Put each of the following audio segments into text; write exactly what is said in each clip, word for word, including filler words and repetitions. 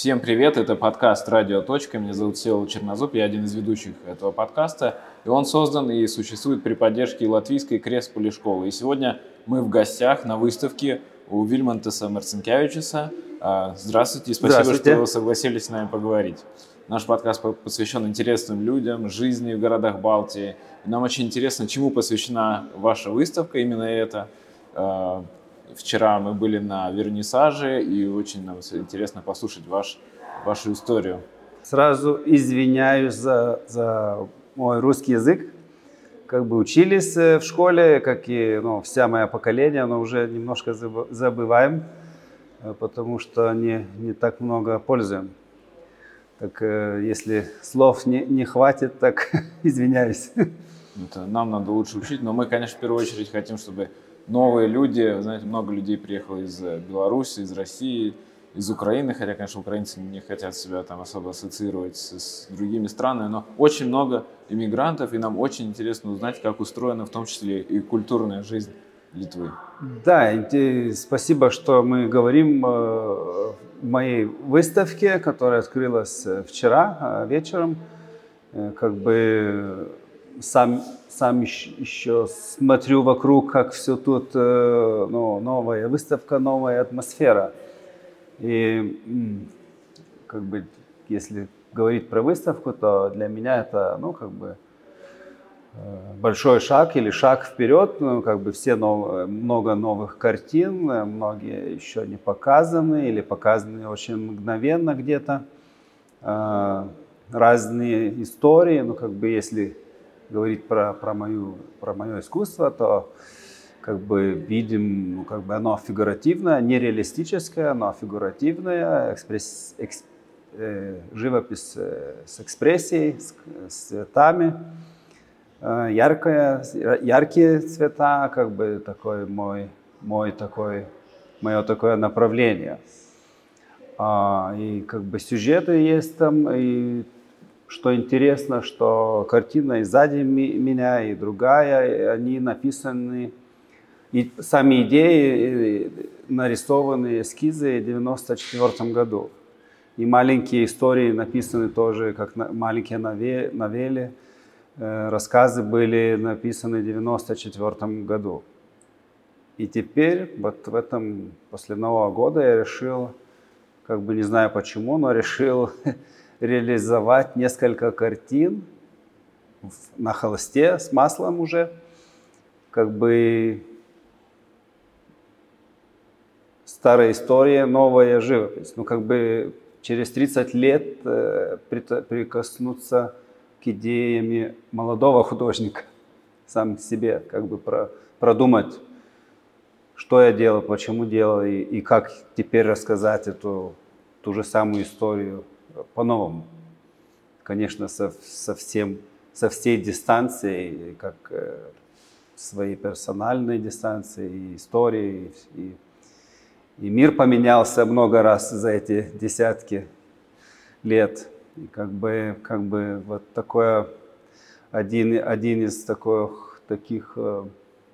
Всем привет, это подкаст «Радио. Точка». Меня зовут Всеволод Чернозуб, я один из ведущих этого подкаста. И он создан и существует при поддержке Латвийской Кресполи школы. И сегодня мы в гостях на выставке у Вильмантеса Марцинкевичуса. Здравствуйте и спасибо, Здравствуйте. что вы согласились с нами поговорить. Наш подкаст посвящен интересным людям, жизни в городах Балтии. И нам очень интересно, чему посвящена ваша выставка, именно это. Вчера мы были на вернисаже, и очень нам интересно послушать ваш, вашу историю. Сразу извиняюсь за, за мой русский язык. Как бы учились в школе, как и ну, вся моя поколение, но уже немножко забываем, потому что не, не так много пользуем. Так если слов не, не хватит, так извиняюсь. Это нам надо лучше учить, но мы, конечно, в первую очередь хотим, чтобы новые люди, знаете, много людей приехало из Беларуси, из России, из Украины, хотя, конечно, украинцы не хотят себя там особо ассоциировать с, с другими странами, но очень много иммигрантов, и нам очень интересно узнать, как устроена в том числе и культурная жизнь Литвы. Да, спасибо, что мы говорим в моей выставке, которая открылась вчера вечером. Как бы сам, сам еще смотрю вокруг, как все тут, ну, новая выставка, новая атмосфера. И как бы, если говорить про выставку, то для меня это, ну, как бы большой шаг или шаг вперед. Ну, как бы все новые, много новых картин, многие еще не показаны или показаны очень мгновенно где-то. Разные истории, ну, как бы, если говорить про, про, мою, про мое искусство, то как бы видим, ну, как бы оно фигуративное, не реалистическое, оно фигуративное, экспресс, эксп, э, живопись э, с экспрессией, с, с цветами, э, яркое, яркие цвета, как бы такой мой, мой такой, мое такое направление. А, и как бы сюжеты есть там, и что интересно, что картина и сзади меня, и другая, они написаны, и сами идеи нарисованы, эскизы в девяносто четвёртом году. И маленькие истории написаны тоже, как маленькие новеллы, рассказы были написаны в девяносто четвёртом году. И теперь, вот в этом, после Нового года я решил, как бы не знаю почему, но решил реализовать несколько картин на холсте с маслом уже, как бы старая история, новая живопись. Ну, как бы через тридцать лет э, прикоснуться к идеям молодого художника, сам себе, как бы про, продумать, что я делал, почему делал, и, и как теперь рассказать эту ту же самую историю по-новому. Конечно, со, со, всем, со всей дистанцией, как э, своей персональной дистанции, и истории, и, и мир поменялся много раз за эти десятки лет. И как бы, как бы вот такое, один, один из таких, таких э,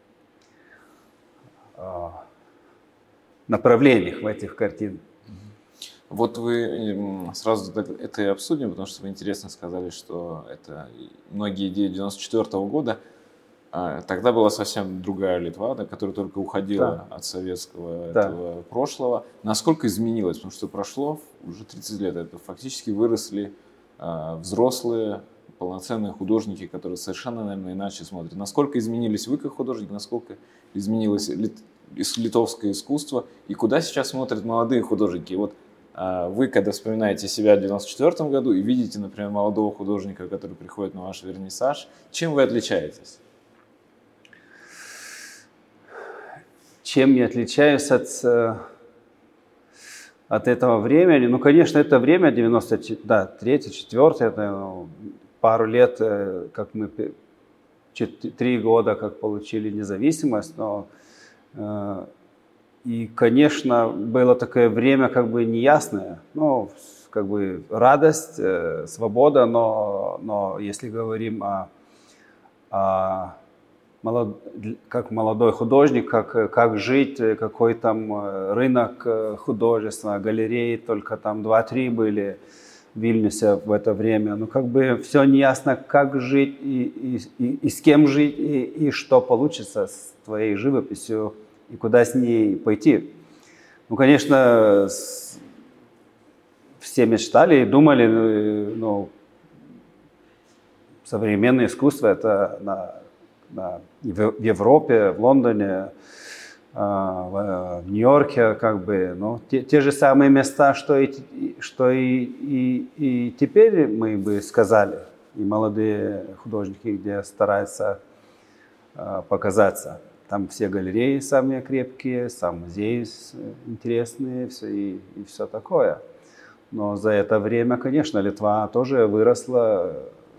э, направлений в этих картинах. Вот вы сразу это и обсудим, потому что вы интересно сказали, что это многие идеи девяносто четвёртого года. Тогда была совсем другая Литва, да, которая только уходила да. от советского да. этого прошлого. Насколько изменилось? Потому что прошло уже тридцать лет. Это фактически выросли взрослые, полноценные художники, которые совершенно, наверное, иначе смотрят. Насколько изменились вы как художник, насколько изменилось литовское искусство, и куда сейчас смотрят молодые художники? Вот вы, когда вспоминаете себя в девяносто четвёртом году и видите, например, молодого художника, который приходит на ваш вернисаж, чем вы отличаетесь? Чем я отличаюсь от, от этого времени? Ну, конечно, это время девяносто третий, четвёртый, это ну, пару лет, как мы, три года, как получили независимость, но и, конечно, было такое время как бы неясное, ну, как бы радость, свобода, но, но если говорим о, о молод, как молодой художник, как, как жить, какой там рынок художества, галереи, только там два-три были в Вильнюсе в это время. Ну, как бы все неясно, как жить и, и, и, и с кем жить, и, и что получится с твоей живописью, и куда с ней пойти. Ну, конечно, с, все мечтали и думали, ну, современное искусство это на, на, в Европе, в Лондоне, в Нью-Йорке, как бы, ну, те, те же самые места, что, и, что и, и, и теперь мы бы сказали, и молодые художники, где стараются показаться. Там все галереи самые крепкие, сам музей интересные, все, и, и все такое. Но за это время, конечно, Литва тоже выросла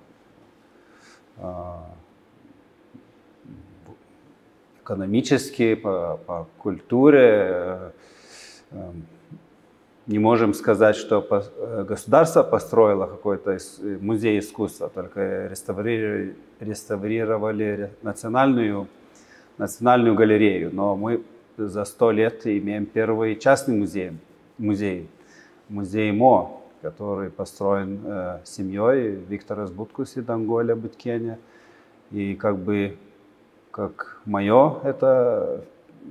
экономически, по, по культуре. Не можем сказать, что государство построило какой-то музей искусства, только реставрировали, реставрировали национальную, национальную галерею. Но мы за сто лет имеем первый частный музей, музей, музей МО, который построен э, семьей Виктора Будкус и Данголя Буткеня. И как бы, как мое, это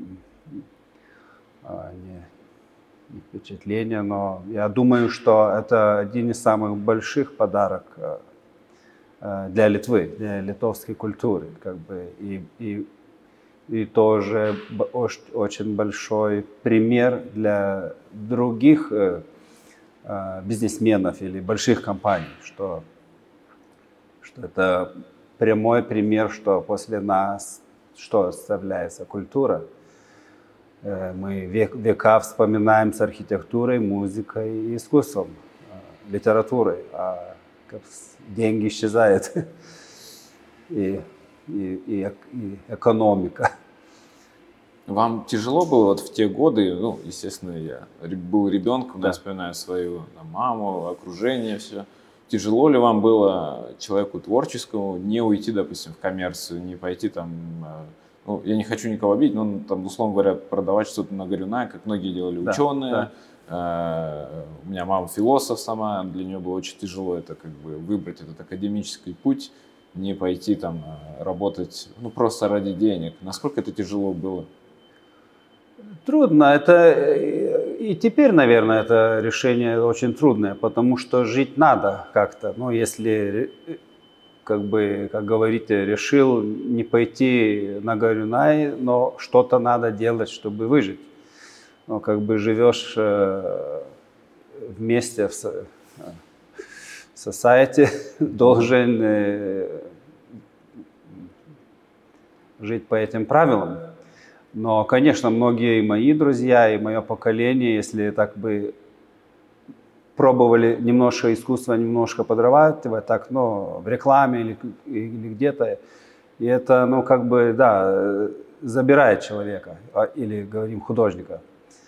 а, не, не впечатление, но я думаю, что это один из самых больших подарок э, для Литвы, для литовской культуры. Как бы, и, и, и тоже очень большой пример для других э, бизнесменов или больших компаний, что, что это прямой пример, что после нас что оставляется культура. Мы век, века вспоминаем с архитектурой, музыкой и искусством, литературой, а деньги исчезают и, и, и, и экономика. Вам тяжело было вот в те годы, ну, естественно, я был ребенком, да, вспоминаю свою там, маму, окружение, все. Тяжело ли вам было человеку творческому не уйти, допустим, в коммерцию, не пойти там, ну, я не хочу никого обидеть, но там, условно говоря, продавать что-то на Горюнай, как многие делали, да, ученые. Да. У меня мама философ сама, для нее было очень тяжело это как бы выбрать этот академический путь, не пойти там работать, ну, просто ради денег. Насколько это тяжело было? Трудно. Это и теперь, наверное, это решение очень трудное, потому что жить надо как-то. Ну, если, как бы, как говорите, решил не пойти на Горюнай, но что-то надо делать, чтобы выжить. Ну, как бы живешь вместе в society, должен жить по этим правилам. Но, конечно, многие мои друзья и мое поколение, если так бы пробовали немножко искусства, немножко подрабатывать, так, ну, в рекламе или, или где-то, и это, ну, как бы, да, забирает человека, или, говорим, художника.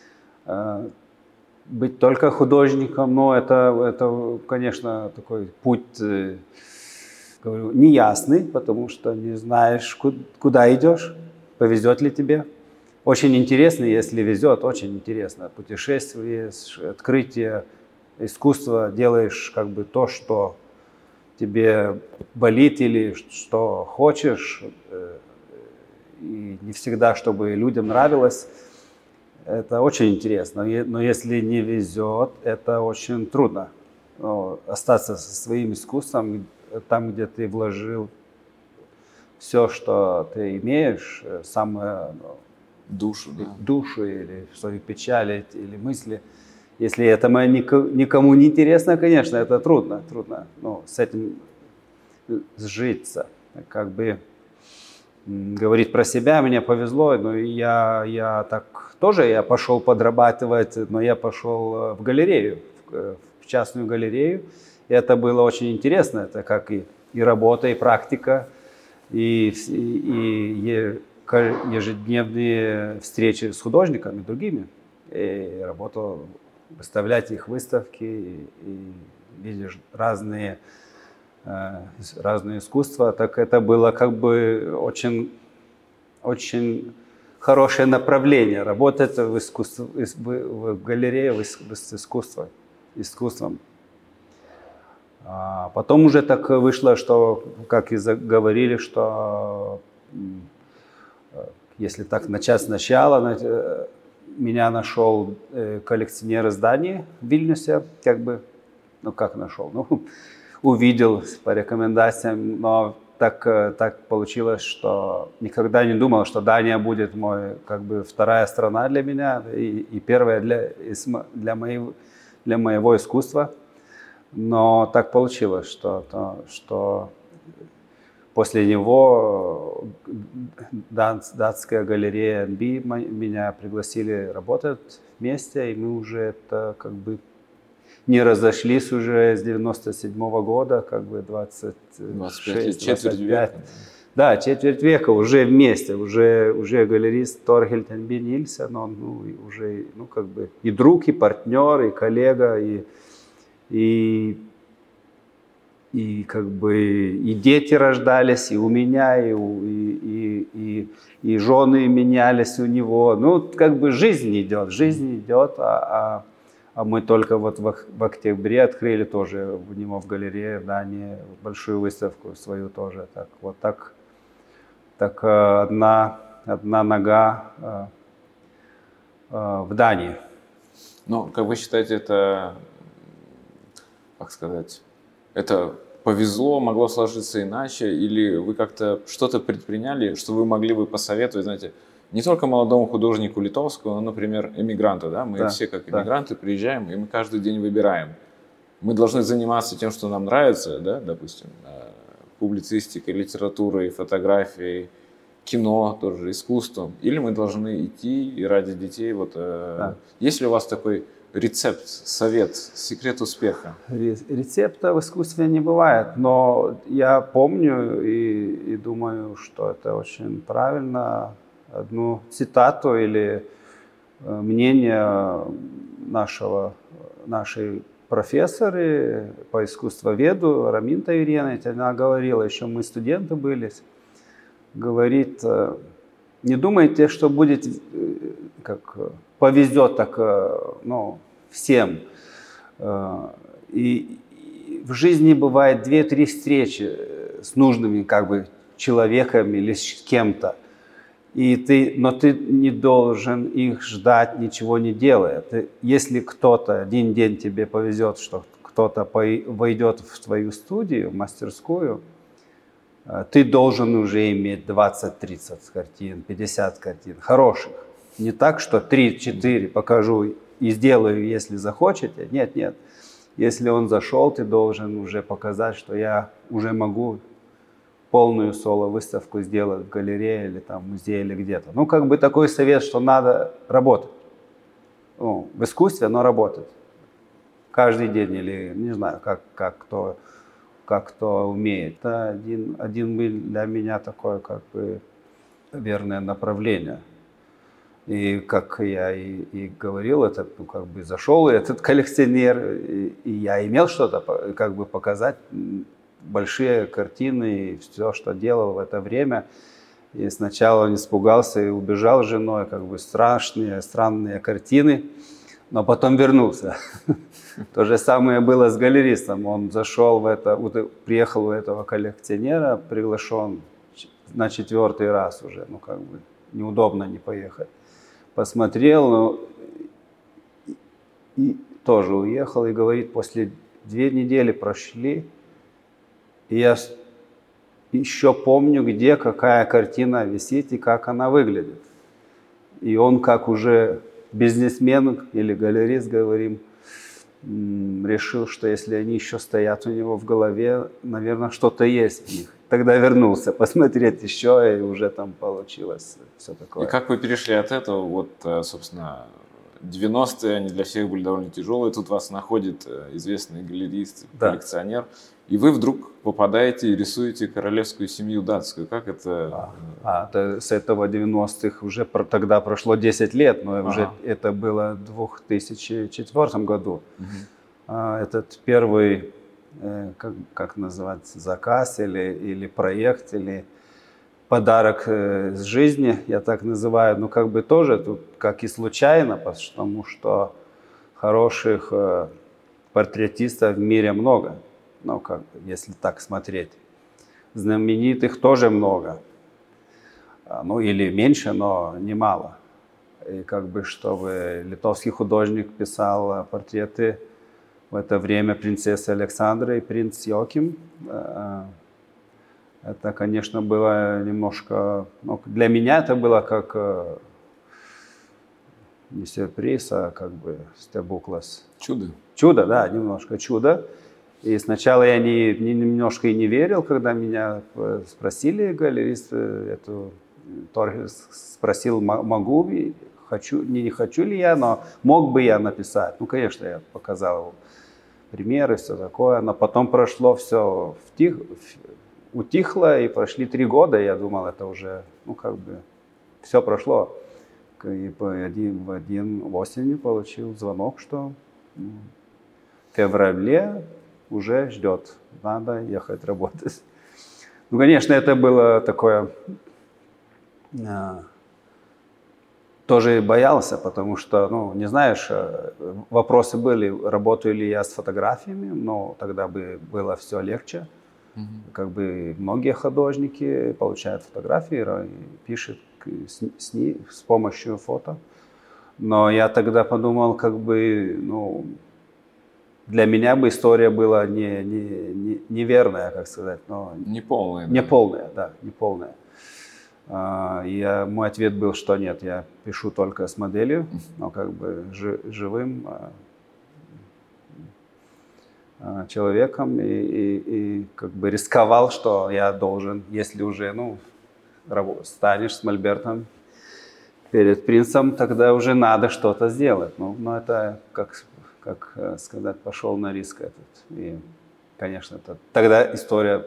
Быть только художником, ну, это, это, конечно, такой путь, говорю, неясный, потому что не знаешь, куда идешь. Повезет ли тебе? Очень интересно, если везет, очень интересно. Путешествие, открытие, искусство, делаешь как бы то, что тебе болит или что хочешь. И не всегда, чтобы людям нравилось. Это очень интересно. Но если не везет, это очень трудно. Но остаться со своим искусством, там, где ты вложил все, что ты имеешь, самое, ну, душу, да. душу или свою печаль или мысли, если это никому не интересно, конечно, это трудно, трудно, ну, с этим сжиться. Как бы говорить про себя, мне повезло, но я, я так тоже, я пошел подрабатывать, но я пошел в галерею, в частную галерею, и это было очень интересно, это как и, и работа, и практика. И, и, и ежедневные встречи с художниками, другими. И работал, выставлять их выставки, и, и видишь разные, разные искусства. Так это было как бы очень очень хорошее направление. Работать в, искусстве, в, в галерее в, с искусством. искусством. А потом уже так вышло, что, как и говорили, что если так начать сначала, меня нашел коллекционер изданий в Вильнюсе, как бы, ну как нашел, ну увидел по рекомендациям, но так, так получилось, что никогда не думал, что Дания будет мой, как бы, вторая страна для меня и, и первая для, для, моего, для моего искусства. Но так получилось, что, то, что после него датская галерея эн би меня пригласили работать вместе, и мы уже это как бы не разошлись уже с девяносто седьмого года, как бы двадцать шесть, четверть века. Да, четверть века уже вместе, уже, уже галерист Торгельд эн би Нильсен, он ну, уже ну, как бы и друг, и партнер, и коллега, и, и, и как бы и дети рождались и у меня, и, и, и, и, и жены менялись у него. Ну, как бы жизнь идет, жизнь идет, а, а А мы только вот в, в октябре открыли тоже у него в галерее в Дании большую выставку свою тоже. Так, вот так, так одна, одна нога э, э, в Дании. Ну, как вы считаете, это, как сказать, это повезло, могло сложиться иначе, или вы как-то что-то предприняли, что вы могли бы посоветовать, знаете, не только молодому художнику литовскому, но, например, эмигранту, да, мы да, все как да. эмигранты приезжаем, и мы каждый день выбираем. Мы должны заниматься тем, что нам нравится, да, допустим, публицистикой, литературой, фотографией, кино, тоже искусством, или мы должны идти и ради детей, вот, да. Есть ли у вас такой рецепт, совет, секрет успеха? Рецепта в искусстве не бывает, но я помню и, и думаю, что это очень правильно, одну цитату или мнение нашего, нашей профессора по искусствоведу Раминта Ирена, она говорила, еще мы студенты были, говорит, не думайте, что будет, как повезет так, ну, всем. И в жизни бывает две-три встречи с нужными как бы человеком или с кем-то. И ты, но ты не должен их ждать, ничего не делая. Ты, если кто-то, один день тебе повезет, что кто-то войдет в твою студию, в мастерскую, ты должен уже иметь двадцать-тридцать картин, пятьдесят картин, хороших. Не так, что три-четыре покажу и сделаю, если захочете. Нет, нет. Если он зашел, ты должен уже показать, что я уже могу полную соло-выставку сделать в галерее или там в музее или где-то. Ну, как бы такой совет, что надо работать. Ну, в искусстве, но работать. Каждый день или, не знаю, как, как, кто, как кто умеет. Это один, один был для меня такое, как бы, верное направление. И как я и, и говорил, этот, ну, как бы зашел этот коллекционер, и, и я имел что-то как бы показать, большие картины и все, что делал в это время. И сначала он испугался и убежал с женой, как бы страшные, странные картины, но потом вернулся. То же самое было с галеристом. Он зашел в это, приехал у этого коллекционера, приглашен на четвертый раз уже, ну как бы неудобно не поехать. Посмотрел, ну, и, и тоже уехал и говорит, после две недели прошли, и я еще помню, где какая картина висит и как она выглядит. И он, как уже бизнесмен или галерист, говорим, решил, что если они еще стоят у него в голове, наверное, что-то есть в них. Тогда вернулся посмотреть еще, и уже там получилось все такое. И как вы перешли от этого, вот, собственно, девяностые, они для всех были довольно тяжелые, тут вас находит известный галерист, да. коллекционер, и вы вдруг попадаете и рисуете королевскую семью датскую. Как это? А, а это, с этого девяностых уже про, тогда прошло десять лет, но ага. уже это было в две тысячи четвёртом году. Угу. А, этот первый, э, как, как называется, заказ или, или проект, или подарок с жизни, я так называю, ну как бы тоже тут как и случайно, потому что хороших портретистов в мире много, ну как бы, если так смотреть. Знаменитых тоже много, ну или меньше, но немало. И как бы, чтобы литовский художник писал портреты в это время принцессы Александры и принц Йоаким, это, конечно, было немножко, ну, для меня это было как не сюрприз, а как бы стебуклас. Чудо. Чудо, да, немножко чудо. И сначала я не, не, немножко и не верил, когда меня спросили, галерист эту Торгис спросил, могу, хочу, не, не хочу ли я, но мог бы я написать. Ну, конечно, я показал примеры, все такое, но потом прошло все втих, утихло, и прошли три года, и я думал, это уже, ну, как бы, все прошло. И один, в один осенью получил звонок, что в феврале уже ждет, надо ехать работать. Ну, конечно, это было такое, а, тоже боялся, потому что, ну, не знаешь, вопросы были, работаю ли я с фотографиями, но тогда бы было все легче. Mm-hmm. Как бы многие художники получают фотографии и пишут с, с, с помощью фото. Но я тогда подумал, как бы, ну, для меня бы история была не, не, не, неверная, как сказать. Но неполная. Неполная, да, неполная. А, и мой ответ был, что нет, я пишу только с моделью, но как бы жи, живым а, человеком. И, и, и как бы рисковал, что я должен, если уже, ну, станешь с мольбертом перед принцем, тогда уже надо что-то сделать. Ну, но это, как, как сказать, пошел на риск этот. И, конечно, это, тогда история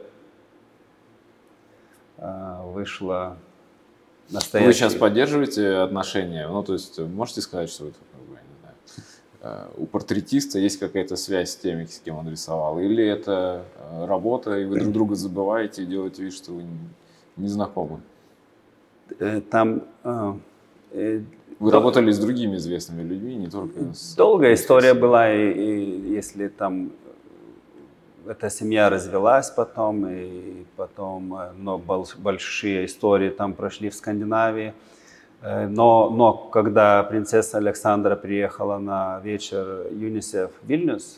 а, вышла настоящей. Вы сейчас поддерживаете отношения? Ну, то есть, можете сказать, что это, как бы, я не знаю, у портретиста есть какая-то связь с теми, с кем он рисовал? Или это работа, и вы друг друга забываете и делаете вид, что вы не знакомы? Там... Вы Дол... работали с другими известными людьми, не только с... Долгая история была, и, и если там эта семья развелась потом, и потом но большие истории там прошли в Скандинавии. Но, но когда принцесса Александра приехала на вечер ЮНИСЕФ в Вильнюс,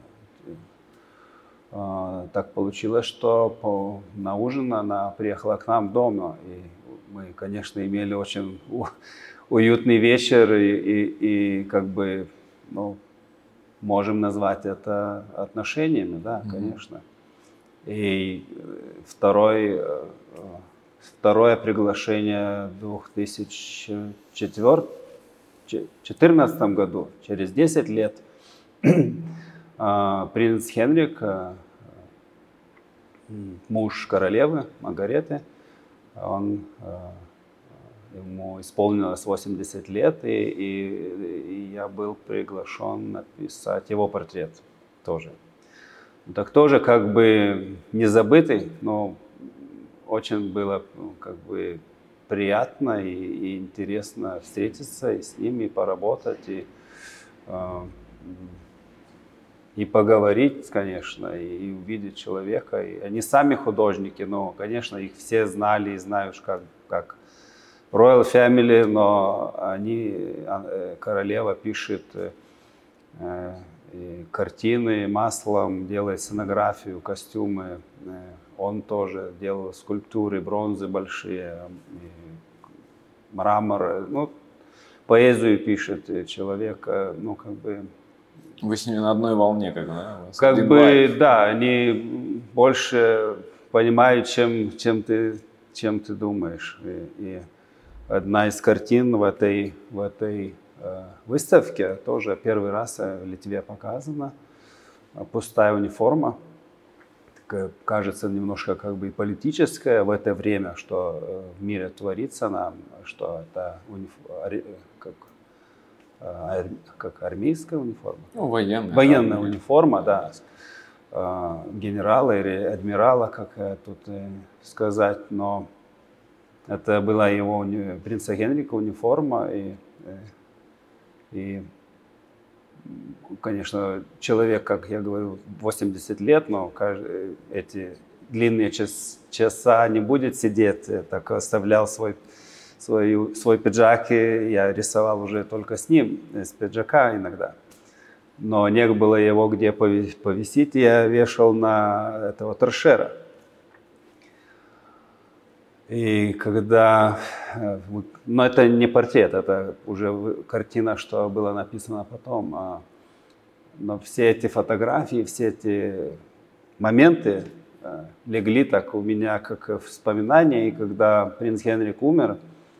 так получилось, что по, на ужин она приехала к нам дома. И мы, конечно, имели очень уютный вечер и, и, и как бы, ну, можем назвать это отношениями, да, mm-hmm. конечно. И второй, второе приглашение в две тысячи четырнадцатом году, через десять лет, принц Хенрик, муж королевы Маргареты, он, ему исполнилось восемьдесят лет, и, и, и я был приглашен написать его портрет тоже. Так тоже как бы не забытый, но очень было как бы приятно и, и интересно встретиться и с ними, поработать, и, и поговорить, конечно, и, и увидеть человека. И они сами художники, но, конечно, их все знали и знают, как, как Royal Family, но они, королева пишет э, картины маслом, делает сценографию, костюмы. Он тоже делал скульптуры, бронзы большие, мрамор. Ну, поэзию пишет человек, ну, как бы... Вы с ними на одной волне, как, да? Как бы, лайф. Да, они больше понимают, чем, чем, ты, чем ты думаешь. И, и одна из картин в этой, в этой э, выставке тоже первый раз в Литве показана. Пустая униформа. Такая, кажется, немножко как бы политическая в это время, что в мире творится нам, что это униф... как, ар... как армейская униформа. Ну, военная. Военная армия. Униформа, да. Генерала или адмирала, как тут сказать, но Это была его уни... принца Генрика униформа. И, и, конечно, человек, как я говорю, восемьдесят лет, но эти длинные час... часа не будет сидеть. Я так оставлял свой, свой, свой пиджак, и я рисовал уже только с ним, с пиджака иногда. Но не было его где повесить, я вешал на этого торшера. И когда... Но это не портрет, это уже картина, что было написано потом. Но все эти фотографии, все эти моменты легли так у меня как вспоминания. И когда принц Генрик умер,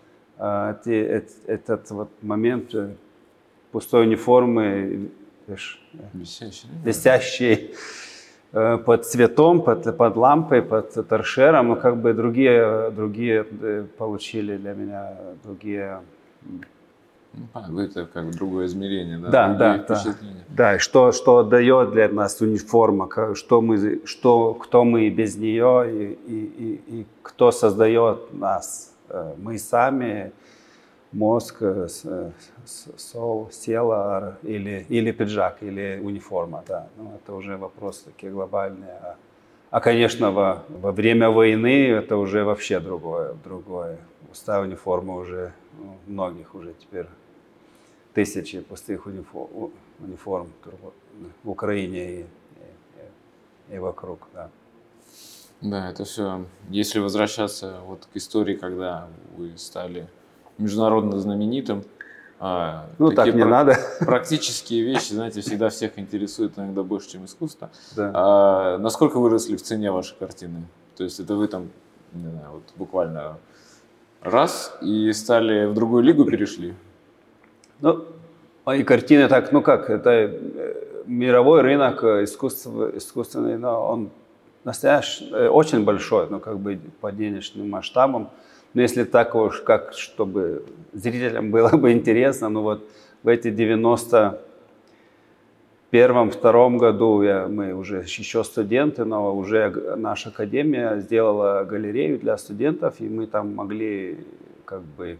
этот вот момент пустой униформы, висящий, висящий под цветом, под, под лампой, под торшером, ну, как бы другие, другие получили для меня другие... Ну, это как другое измерение, да? Да, да, да. Да, и что, что дает для нас униформа, что мы, что, кто мы без нее и, и, и, и кто создает нас. Мы сами, мозг, сол, тело или, или пиджак, или униформа, да. Ну, это уже вопросы такие глобальные. А, а конечно, во, во время войны это уже вообще другое. другое. Пустая униформа уже, ну, многих уже теперь тысячи пустых униформ, униформ в Украине и, и, и вокруг, да. Да, это все. Если возвращаться вот к истории, когда вы стали международно знаменитым, ну так не пр- надо. Практические вещи, знаете, всегда всех интересуют иногда больше, чем искусство. Да. А, насколько выросли в цене ваши картины? То есть это вы там, не знаю, вот буквально раз и стали в другую лигу перешли? Ну, мои картины так, ну как, это мировой рынок искусства, искусственный, но он настоящий, очень большой, ну как бы по денежным масштабам. Но если так уж, как, чтобы зрителям было бы интересно, ну вот в эти девяносто первом, втором году я, мы уже еще студенты, но уже наша академия сделала галерею для студентов, и мы там могли как бы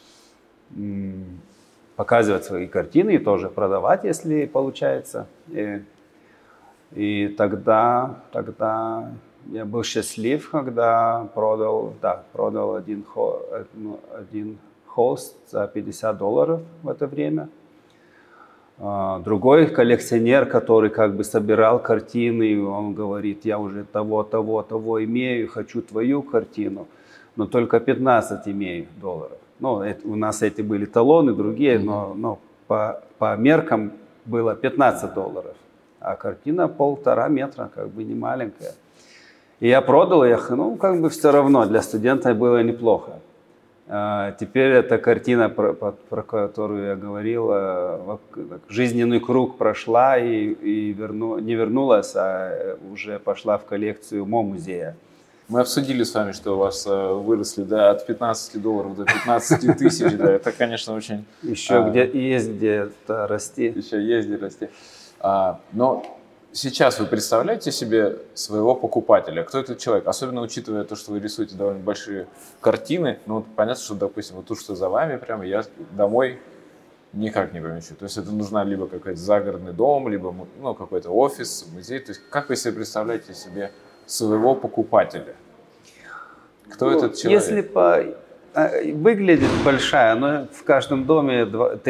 показывать свои картины и тоже продавать, если получается. И, и тогда, тогда я был счастлив, когда продал, да, продал один, один холст за пятьдесят долларов в это время. Другой коллекционер, который как бы собирал картины, он говорит: я уже того, того, того имею, хочу твою картину, но только пятнадцать имею долларов. Ну, это, у нас эти были талоны, другие, mm-hmm. но, но по, по меркам было пятнадцать долларов, а картина полтора метра, как бы не маленькая. И я продал их, ну, как бы все равно, для студента было неплохо. А теперь эта картина, про, про которую я говорил, жизненный круг прошла и, и верну, не вернулась, а уже пошла в коллекцию МО-музея. Мы обсудили с вами, что у вас выросли, да, от пятнадцати долларов до пятнадцати тысяч, да, это, конечно, очень... Еще а, где есть где-то расти. Еще есть где расти. А, но сейчас вы представляете себе своего покупателя? Кто этот человек? Особенно учитывая то, что вы рисуете довольно большие картины. Ну, вот понятно, что, допустим, вот тут, что за вами, прямо я домой никак не помещу. То есть это нужна либо какой-то загородный дом, либо, ну, какой-то офис, музей. То есть как вы себе представляете себе своего покупателя? Кто ну, этот человек? Если по... выглядит большая, но в каждом доме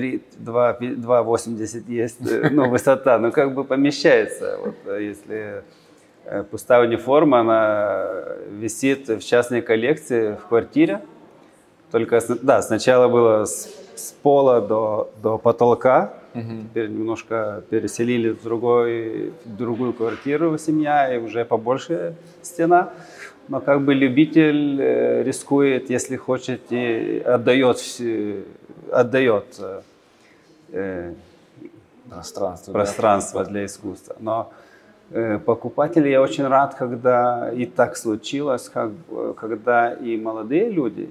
два восемьдесят есть, ну, высота, но как бы помещается. Вот, если пустая униформа, она висит в частной коллекции в квартире. Только, да, сначала было с, с пола до, до потолка. Угу. Теперь немножко переселили в, другой, в другую квартиру семья, и уже побольше стена. Но как бы любитель э, рискует, если хочет, и отдает, отдает э, пространство, пространство да, для искусства. Но э, покупатели, я очень рад, когда и так случилось, как, когда и молодые люди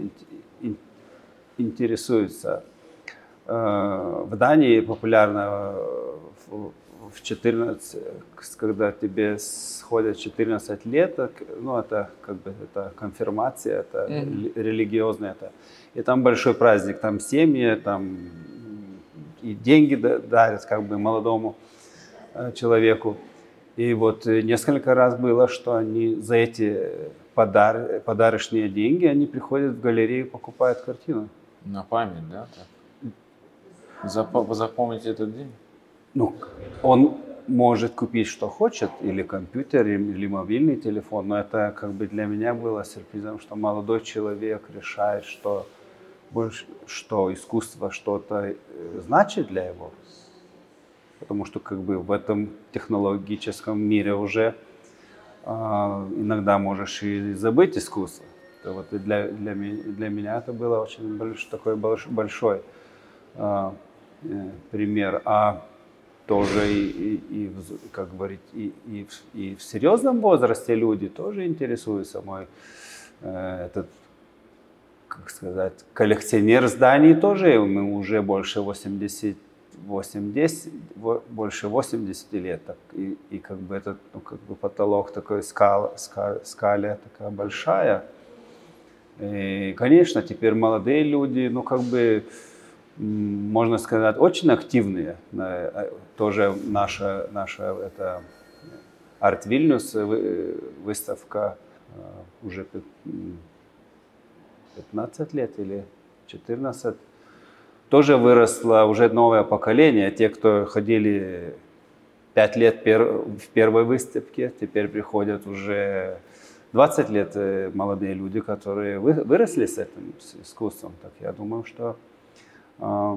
интересуются. В Дании популярно в четырнадцать, когда тебе сходят четырнадцать лет, ну это как бы это конфирмация, это mm-hmm. религиозное, это и там большой праздник, там семьи, там и деньги дарят как бы молодому человеку. И вот несколько раз было, что они за эти подар... подарочные деньги они приходят в галерею, покупают картину. На память, да? Зап... Запомнить этот день? Ну, он может купить, что хочет, или компьютер, или мобильный телефон, но это как бы для меня было сюрпризом, что молодой человек решает, что, больше, что искусство что-то значит для его. Потому что как бы в этом технологическом мире уже э, иногда можешь и забыть искусство. Это вот для, для, для меня это было очень больш, такой большой э, пример. А тоже и, и, и как говорить, и, и, и в серьезном возрасте люди тоже интересуются. Мой э, этот, как сказать, коллекционер зданий тоже, ему уже больше восемьдесят, восемьдесят, больше восьмидесяти лет. Так, и, и как бы этот, ну, как бы потолок такой, скала, скала, скаля такая большая. И, конечно, теперь молодые люди, ну как бы, можно сказать, очень активные. Тоже наша, наша это Art Vilnius выставка уже пятнадцать лет или четырнадцать. Тоже выросло уже новое поколение. Те, кто ходили пять лет в первой выставке, теперь приходят уже двадцать лет молодые люди, которые выросли с этим с искусством. Так я думаю, что э,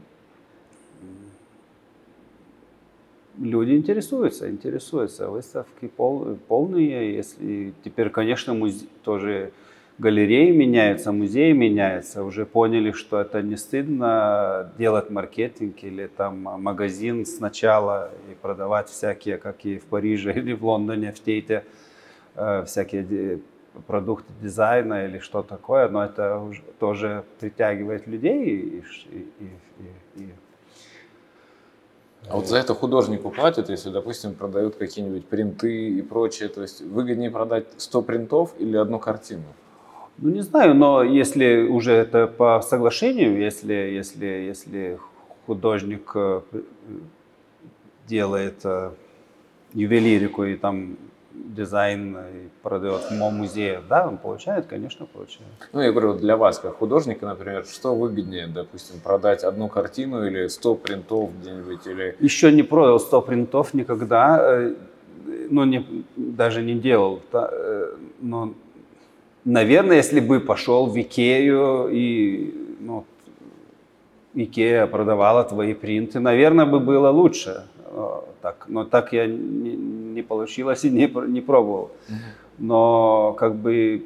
люди интересуются, интересуются. Выставки пол, полные. Если теперь, конечно, музе... тоже галереи меняются, музеи меняются. Уже поняли, что это не стыдно делать маркетинг или там магазин сначала и продавать всякие, как и в Париже или в Лондоне, в Тейте, всякие продукты дизайна или что такое, но это уже тоже притягивает людей. И, и, и, и... А вот за это художнику платят, если, допустим, продают какие-нибудь принты и прочее, то есть выгоднее продать сто принтов или одну картину? Ну, не знаю, но если уже это по соглашению, если, если, если художник делает ювелирику и там дизайн и продает в музее, да, он получает, конечно, получает. Ну, я говорю, для вас, как художника, например, что выгоднее, допустим, продать одну картину или сто принтов где-нибудь, или... Еще не продал сто принтов никогда, ну, не, даже не делал, но, наверное, если бы пошел в Икею и, ну, Икея продавала твои принты, наверное, бы было лучше. Так, но так я не, не получилось и не, не пробовал. Mm-hmm. Но как бы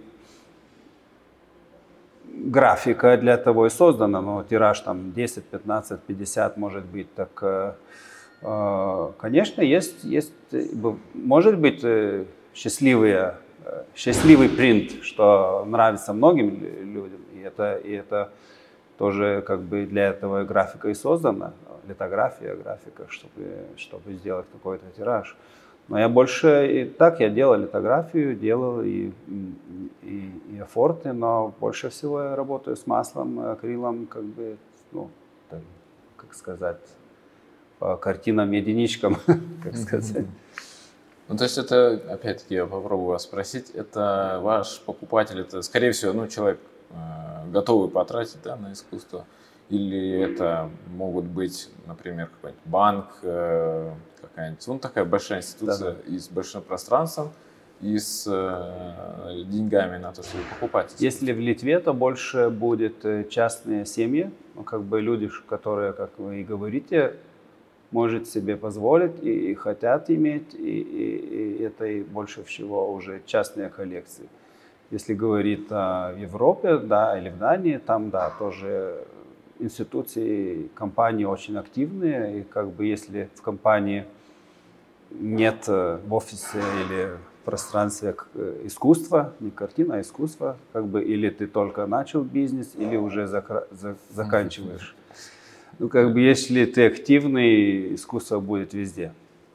графика для того и создана, но тираж там десять, пятнадцать, пятьдесят может быть. Так, э, конечно, есть, есть, может быть счастливые, счастливый принт, что нравится многим людям. И это, и это тоже как бы для этого графика и создана. Литография, графика, чтобы, чтобы сделать какой-то тираж. Но я больше, и так я делал литографию, делал и, и, и афорты, но больше всего я работаю с маслом, акрилом, как бы, ну, так, как сказать, по картинам, единичкам, как сказать. Ну, то есть это, опять-таки, я попробую вас спросить, это ваш покупатель, это, скорее всего, ну, человек, готовый потратить, да, на искусство? Или это могут быть, например, какой-нибудь банк, какая-нибудь, ну, такая большая институция, да, и с большим пространством, и с э, деньгами на то, чтобы покупать. Если в Литве, то больше будет частные семьи, ну, как бы люди, которые, как вы и говорите, может себе позволить и, и хотят иметь, и, и, и это и больше всего уже частные коллекции. Если говорить о Европе, да, или в Дании, там, да, тоже институции, компании очень активные, и как бы если в компании нет в офисе или в пространстве искусства, не картина, а искусство, как бы или ты только начал бизнес, или уже закра- за- заканчиваешь. Ну, как бы если ты активный, искусство будет везде.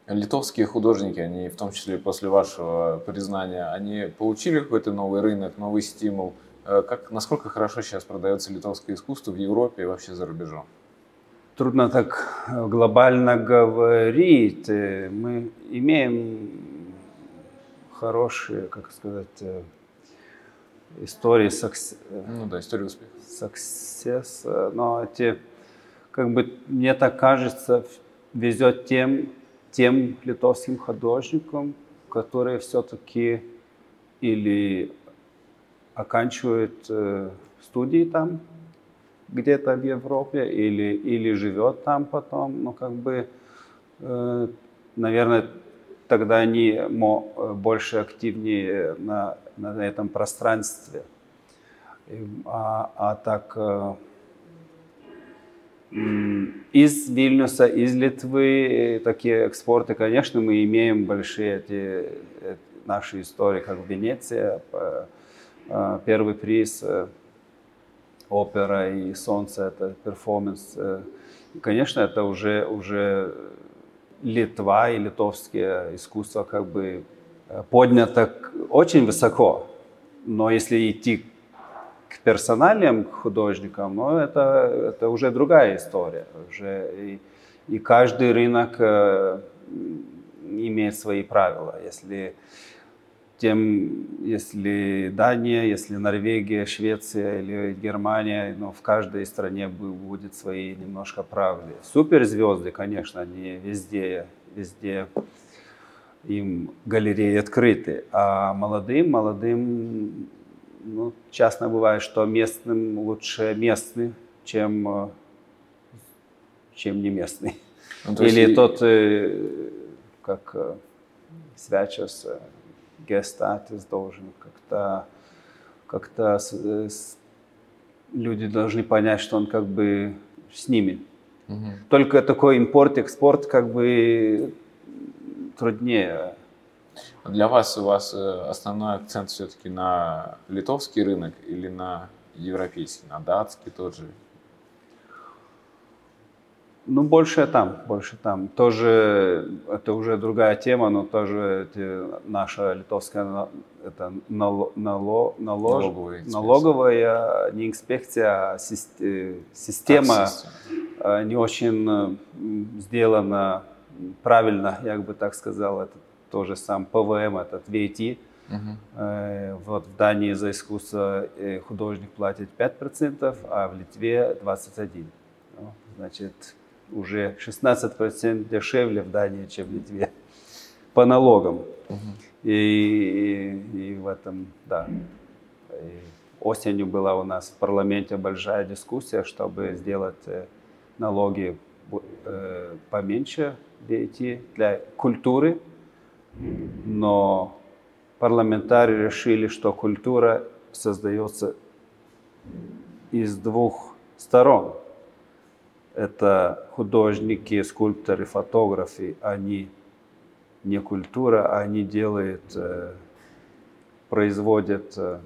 Литовские художники, они в том числе после вашего признания, они получили какой-то новый рынок, новый стимул? Как, насколько хорошо сейчас продается литовское искусство в Европе и вообще за рубежом? Трудно так глобально говорить. Мы имеем хорошие, как сказать, истории success, Ну да, история успеха. success, но эти, как бы, мне так кажется, везет тем, тем литовским художникам, которые все-таки или оканчивают э, студии там, где-то в Европе, или, или живет там потом, ну, как бы, э, наверное, тогда они мо, больше активнее на, на этом пространстве. А, а так, э, из Вильнюса, из Литвы такие экспорты, конечно, мы имеем большие эти, эти наши истории, как Венеция, первый приз, опера и солнце, это перформанс. Конечно, это уже, уже Литва и литовское искусство как бы поднято очень высоко. Но если идти к персональным художникам, ну, это, это уже другая история. Уже и, и каждый рынок э, имеет свои правила. Если, тем, если Дания, если Норвегия, Швеция или Германия, ну, в каждой стране будет свои немножко правила. Суперзвезды, конечно, они везде, везде им галереи открыты. А молодым, молодым, ну, часто бывает, что местным лучше местный, чем, чем не местный. Ну, то Или и... тот, как Свячес, Гестатис должен как-то, как-то люди должны понять, что он как бы с ними. Угу. Только такой импорт-экспорт как бы труднее. Для вас у вас основной акцент все-таки на литовский рынок или на европейский, на датский тот же? Ну, больше там, больше там. Тоже, это уже другая тема, но тоже эти, наша литовская это нало, нало, налож, налоговая, налоговая, не инспекция, а система а, не очень сделана правильно, я бы так сказал. Это тоже сам ПВМ, этот ви эй ти. Uh-huh. Вот в Дании за искусство художник платит пять процентов, а в Литве двадцать один процент. Значит, уже шестнадцать процентов дешевле в Дании, чем в Литве по налогам. Uh-huh. И, и, и в этом, да. И осенью была у нас в парламенте большая дискуссия, чтобы сделать налоги э, поменьше ви эй ти для культуры. Но парламентарии решили, что культура создается из двух сторон. Это художники, скульпторы, фотографы. Они не культура, они делают, э, производят, э,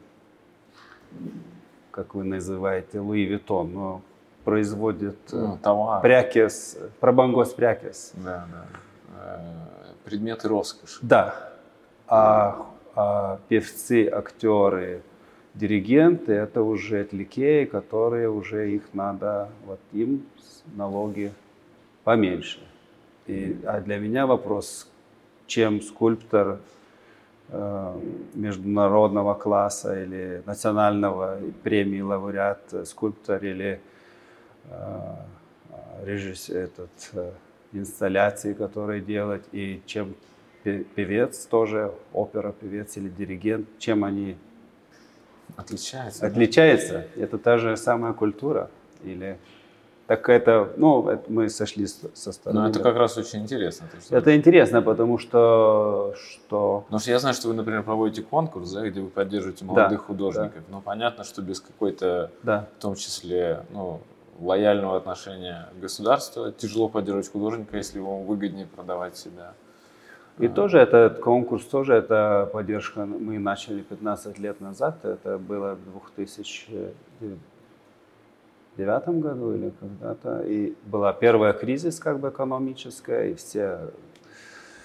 как вы называете, Луи Виттон, но производят э, ну, товар. Прякес, прабангос прякес. Да, да. Предметы роскоши. Да. А, а певцы, актеры, диригенты, это уже отвлеки, которые уже их надо, вот им налоги поменьше. И, а для меня вопрос, чем скульптор э, международного класса или национального премии лауреат, скульптор или э, режиссер, этот, э, инсталляции, которые делать, и чем певец тоже, опера-певец или диригент, чем они отличаются? Отличаются. Да? Это та же самая культура. Или так это, ну, это мы сошли со стороны. Но это как раз очень интересно. То, это интересно, потому что, что... Потому что я знаю, что вы, например, проводите конкурс, да, где вы поддерживаете молодых да, художников. Да. Но понятно, что без какой-то, да. в том числе, ну, лояльного отношения государства тяжело поддерживать художника, если ему выгоднее продавать себя. И а. тоже этот конкурс, тоже это поддержка. Мы начали пятнадцать лет назад, это было в две тысячи девятом году или когда-то. И была первая кризис как бы экономическая, и все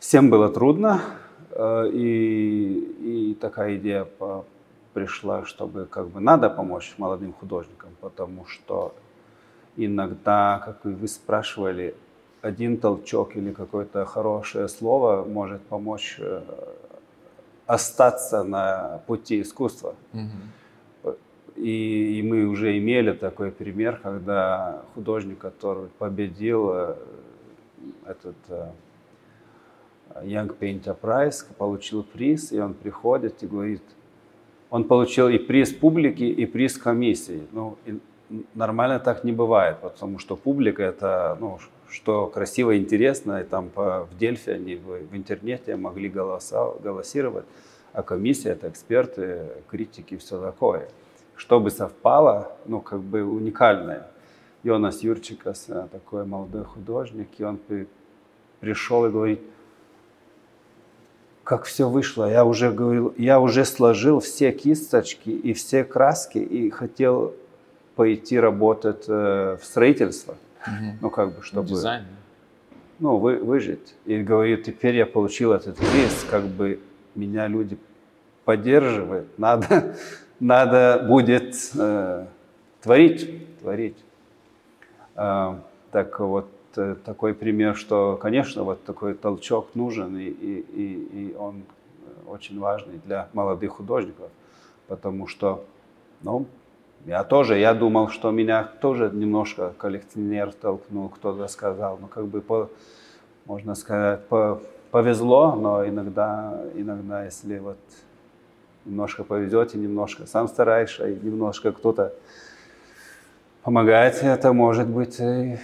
всем было трудно, и, и такая идея по, пришла, чтобы как бы надо помочь молодым художникам, потому что иногда, как вы спрашивали, один толчок или какое-то хорошее слово может помочь остаться на пути искусства. Mm-hmm. И, и мы уже имели такой пример, когда художник, который победил этот Young Painter Prize, получил приз, и он приходит и говорит, он получил и приз публики, и приз комиссии. Ну, и нормально так не бывает, потому что публика это, ну, что красиво и интересно, и там по, в Дельфи они в, в интернете могли голоса, голосировать, а комиссия это эксперты, критики, все такое. Чтобы совпало, ну, как бы уникальное. Йонас Юрчикас, такой молодой художник, и он при, пришел и говорит, как все вышло, я уже говорил, я уже сложил все кисточки и все краски и хотел пойти работать э, в строительство, mm-hmm. ну как бы чтобы, дизайн, ну вы, выжить. И говорит, теперь я получил этот приз, как бы меня люди поддерживают, надо, надо будет э, творить, творить. Э, так вот. Такой пример, что, конечно, вот такой толчок нужен, и, и, и он очень важный для молодых художников, потому что, ну, я тоже, я думал, что меня тоже немножко коллекционер толкнул, кто-то сказал, ну, как бы, по, можно сказать, по, повезло, но иногда, иногда, если вот немножко повезет, и немножко сам стараешься, и немножко кто-то помогает, это может быть и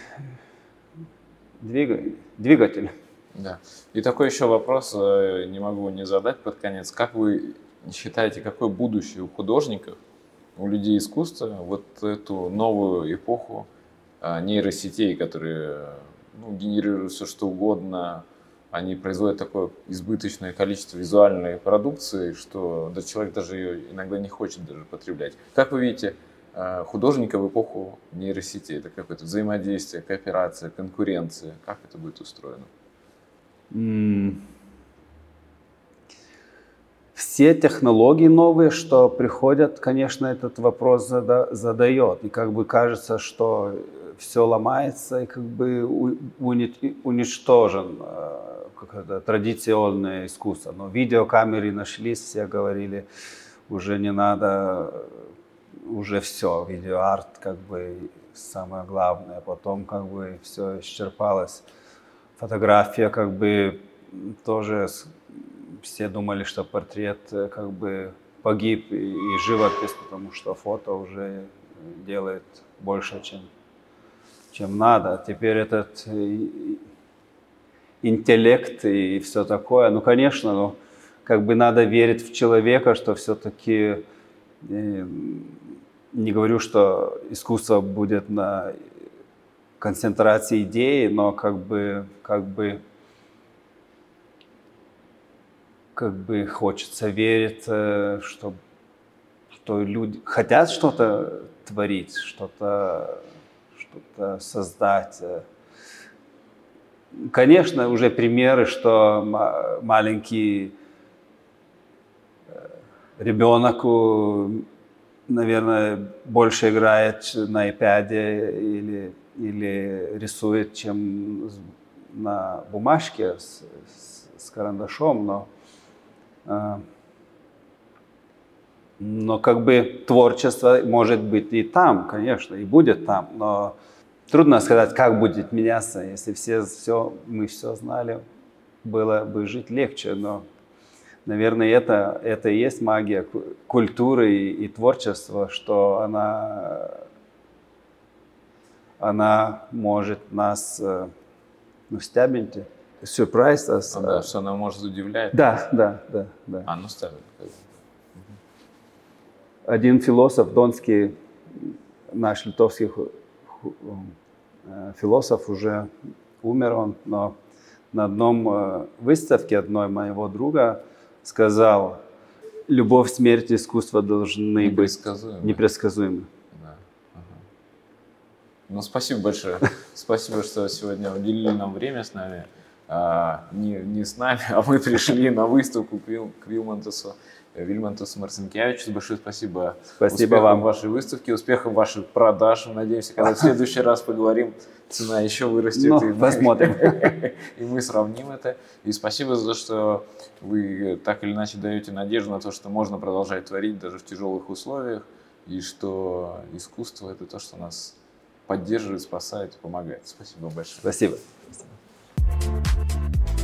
двигатель. Да. И такой еще вопрос, не могу не задать под конец. Как вы считаете, какое будущее у художников, у людей искусства, вот эту новую эпоху нейросетей, которые, ну, генерируют все что угодно, они производят такое избыточное количество визуальной продукции, что да, человек даже ее иногда не хочет даже потреблять. Как вы видите художника в эпоху нейросетей? Это какое-то взаимодействие, кооперация, конкуренция. Как это будет устроено? Mm. Все технологии новые, что приходят, конечно, этот вопрос зада- задает. И как бы кажется, что все ломается и как бы уни- уничтожен какое-то традиционное искусство. Но видеокамеры нашлись, все говорили, уже не надо, уже все, видеоарт как бы самое главное. Потом как бы все исчерпалось. Фотография как бы тоже, все думали, что портрет как бы погиб, и, и живопись, потому что фото уже делает больше, чем, чем надо. Теперь этот интеллект и все такое, ну, конечно, ну, как бы надо верить в человека, что все-таки, не говорю, что искусство будет на концентрации идеи, но как бы, как бы, как бы хочется верить, что, что люди хотят что-то творить, что-то, что-то создать. Конечно, уже примеры, что маленький ребенок, наверное, больше играет на iPad или, или рисует, чем на бумажке с, с, с карандашом, но, но как бы творчество может быть и там, конечно, и будет там, но трудно сказать, как будет меняться, если все, все, мы все знали, было бы жить легче, но, наверное, это, это и есть магия культуры и, и творчества, что она, она может нас, ну, стябнуть, сюрприз. А, да, что она может удивлять. Да, да, да, да. А, ну ставит. Один философ, донский, наш литовский философ, уже умер он, но на одном выставке одной моего друга сказал, любовь, смерть и искусство должны непредсказуемы. быть непредсказуемы. Да. Ага. Ну, спасибо большое. Спасибо, что сегодня уделили нам время с нами. а, не, не с нами, а мы пришли на выставку к, Вил, к Вильмонтасу, Вильмонтасу Марцинкевичу. Большое спасибо. Спасибо успехов вам. в вашей выставке, успехов в ваших продажах. Надеемся, когда в следующий раз поговорим, цена еще вырастет. Ну, и посмотрим. Мы, и мы сравним это. И спасибо за то, что вы так или иначе даете надежду на то, что можно продолжать творить даже в тяжелых условиях. И что искусство – это то, что нас поддерживает, спасает и помогает. Спасибо большое. Спасибо.